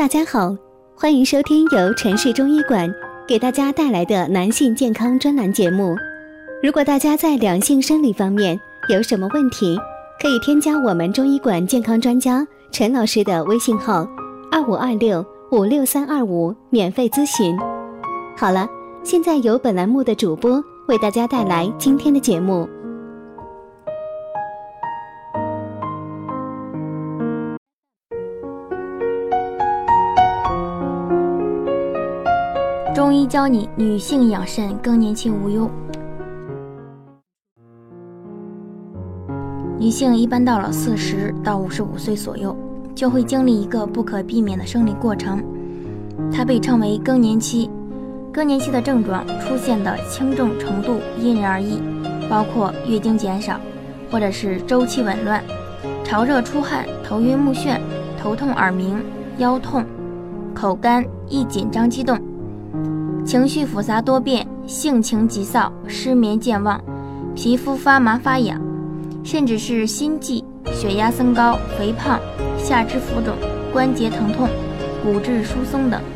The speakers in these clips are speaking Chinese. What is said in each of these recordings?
大家好，欢迎收听由城市中医馆给大家带来的男性健康专栏节目。如果大家在两性生理方面有什么问题，可以添加我们中医馆健康专家陈老师的微信号2526-56325免费咨询。好了，现在由本栏目的主播为大家带来今天的节目。 中医教你女性养肾更年期无忧。女性一般到了40到55岁左右，就会经历一个不可避免的生理过程，它被称为更年期。更年期的症状出现的轻重程度因人而异，包括月经减少，或者是周期紊乱、潮热出汗、头晕目眩、头痛耳鸣、腰痛、口干、易紧张激动、情绪复杂多变、性情急躁、失眠健忘、皮肤发麻发痒，甚至是心悸、血压升高、肥胖、下肢浮肿、关节疼痛、骨质疏松等。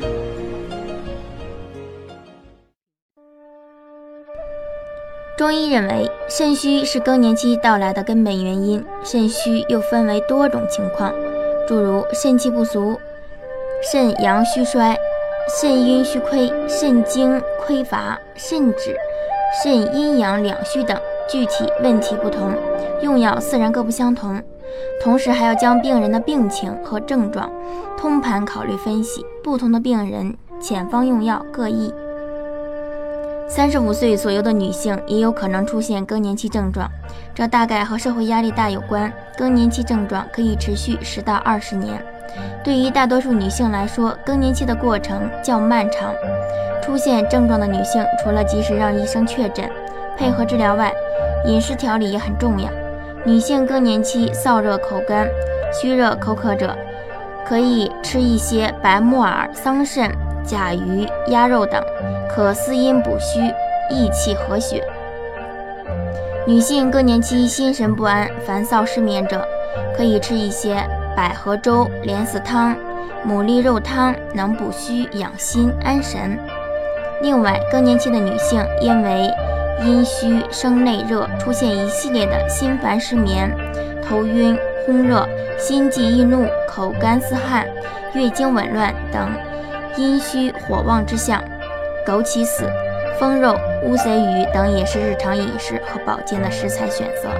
中医认为，肾虚是更年期到来的根本原因。肾虚又分为多种情况，诸如肾气不足、肾阳虚衰、肾阴虚亏、肾精匮乏、肾脂、肾阴阳两虚等，具体问题不同，用药自然各不相同。同时还要将病人的病情和症状通盘考虑分析，不同的病人遣方用药各异。35岁左右的女性也有可能出现更年期症状，这大概和社会压力大有关。更年期症状可以持续10到20年。对于大多数女性来说，更年期的过程较漫长。出现症状的女性，除了及时让医生确诊，配合治疗外，饮食调理也很重要。女性更年期燥热口干、虚热口渴者，可以吃一些白木耳、桑葚、甲鱼、鸭肉等，可滋阴补虚、益气和血。女性更年期心神不安、烦躁失眠者，可以吃一些百合粥、莲子汤、牡蛎肉汤，能补虚养心安神。另外，更年期的女性因为阴虚生内热，出现一系列的心烦失眠、头晕烘热、心悸易怒、口干似汗、月经紊乱等阴虚火旺之象。枸杞子、风肉、乌贼鱼等也是日常饮食和保健的食材选择。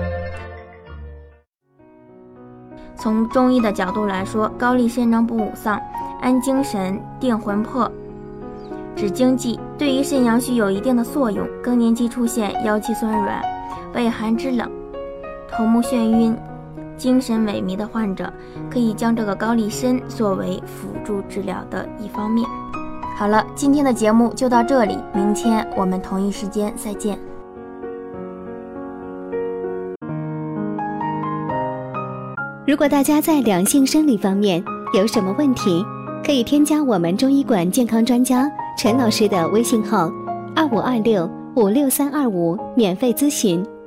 从中医的角度来说，高丽参能补五脏、安精神、定魂魄、止惊悸，对于肾阳虚有一定的作用。更年期出现腰膝酸软、畏寒肢冷、头目眩晕、精神萎靡的患者，可以将这个高丽参作为辅助治疗的一方面。好了，今天的节目就到这里，明天我们同一时间再见。 如果大家在两性生理方面有什么问题，可以添加我们中医馆健康专家陈老师的微信号2526-56325免费咨询。